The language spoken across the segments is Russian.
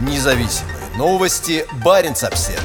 Независимые новости. Баренц-Обсервер.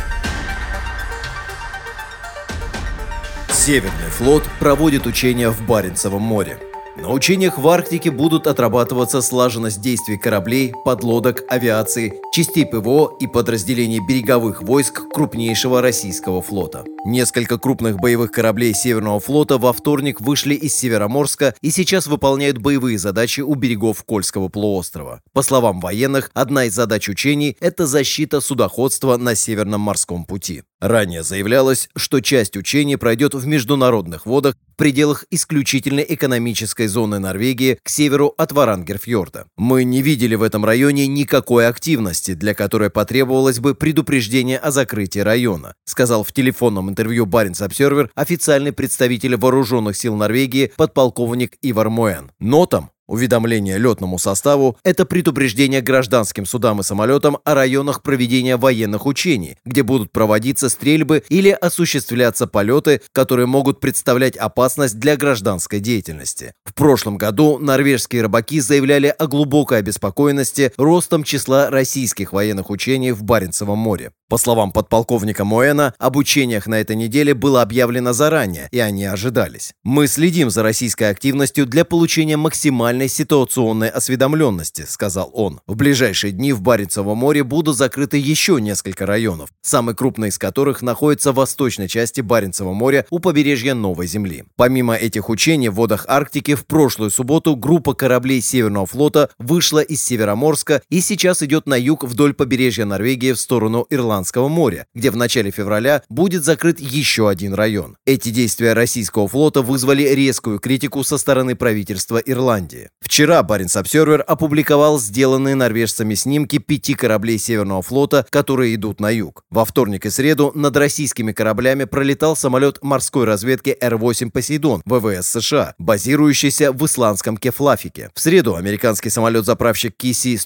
Северный флот проводит учения в Баренцевом море. На учениях в Арктике будут отрабатываться слаженность действий кораблей, подлодок, авиации, частей ПВО и подразделений береговых войск крупнейшего российского флота. Несколько крупных боевых кораблей Северного флота во вторник вышли из Североморска и сейчас выполняют боевые задачи у берегов Кольского полуострова. По словам военных, одна из задач учений – это защита судоходства на Северном морском пути. Ранее заявлялось, что часть учений пройдет в международных водах в пределах исключительной экономической зоны Норвегии к северу от Варангерфьорда. «Мы не видели в этом районе никакой активности, для которой потребовалось бы предупреждение о закрытии района», сказал в телефонном интервью Баренц-Обсервер официальный представитель вооруженных сил Норвегии подполковник Ивар Моэн. Нотам уведомление летному составу – это предупреждение гражданским судам и самолетам о районах проведения военных учений, где будут проводиться стрельбы или осуществляться полеты, которые могут представлять опасность для гражданской деятельности. В прошлом году норвежские рыбаки заявляли о глубокой обеспокоенности ростом числа российских военных учений в Баренцевом море. По словам подполковника Моэна, об учениях на этой неделе было объявлено заранее, и они ожидались. «Мы следим за российской активностью для получения максимальной ситуационной осведомленности», сказал он. В ближайшие дни в Баренцевом море будут закрыты еще несколько районов, самый крупный из которых находится в восточной части Баренцева моря у побережья Новой Земли. Помимо этих учений в водах Арктики в прошлую субботу группа кораблей Северного флота вышла из Североморска и сейчас идет на юг вдоль побережья Норвегии в сторону Ирландского моря, где в начале февраля будет закрыт еще один район. Эти действия российского флота вызвали резкую критику со стороны правительства Ирландии. Вчера Баренц-Обсервер опубликовал сделанные норвежцами снимки 5 кораблей Северного флота, которые идут на юг. Во вторник и среду над российскими кораблями пролетал самолет морской разведки Р-8 «Посейдон» ВВС США, базирующийся в исландском Кефлафике. В среду американский самолет-заправщик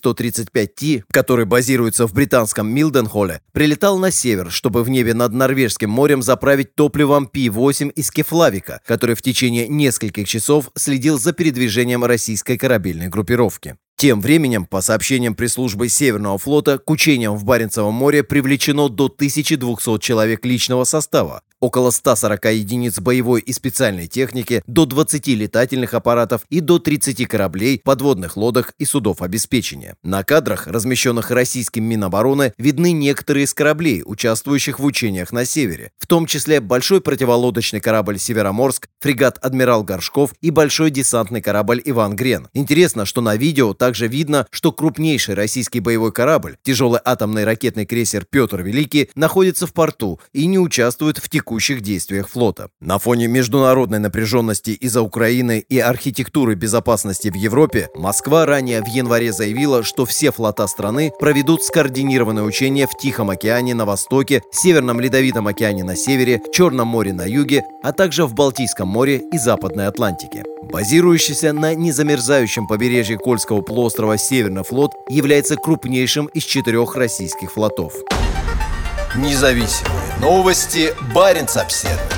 KC-135T, который базируется в британском Милденхолле, прилетал на север, чтобы в небе над Норвежским морем заправить топливом Пи-8 из Кефлавика, который в течение нескольких часов следил за передвижением российской корабельной группировки. Тем временем, по сообщениям пресс-службы Северного флота, к учениям в Баренцевом море привлечено до 1200 человек личного состава, около 140 единиц боевой и специальной техники, до 20 летательных аппаратов и до 30 кораблей, подводных лодок и судов обеспечения. На кадрах, размещенных российским Минобороны, видны некоторые из кораблей, участвующих в учениях на севере, в том числе большой противолодочный корабль «Североморск», фрегат «Адмирал Горшков» и большой десантный корабль «Иван Грен». Интересно, что на видео также видно, что крупнейший российский боевой корабль, тяжелый атомный ракетный крейсер «Петр Великий», находится в порту и не участвует в текущих действиях флота. На фоне международной напряженности из-за Украины и архитектуры безопасности в Европе, Москва ранее в январе заявила, что все флота страны проведут скоординированные учения в Тихом океане на востоке, Северном Ледовитом океане на севере, Черном море на юге, а также в Балтийском море и Западной Атлантике. Базирующийся на незамерзающем побережье Кольского полуострова Северный флот является крупнейшим из 4 российских флотов. Независимые новости. Баренц-Обсервер.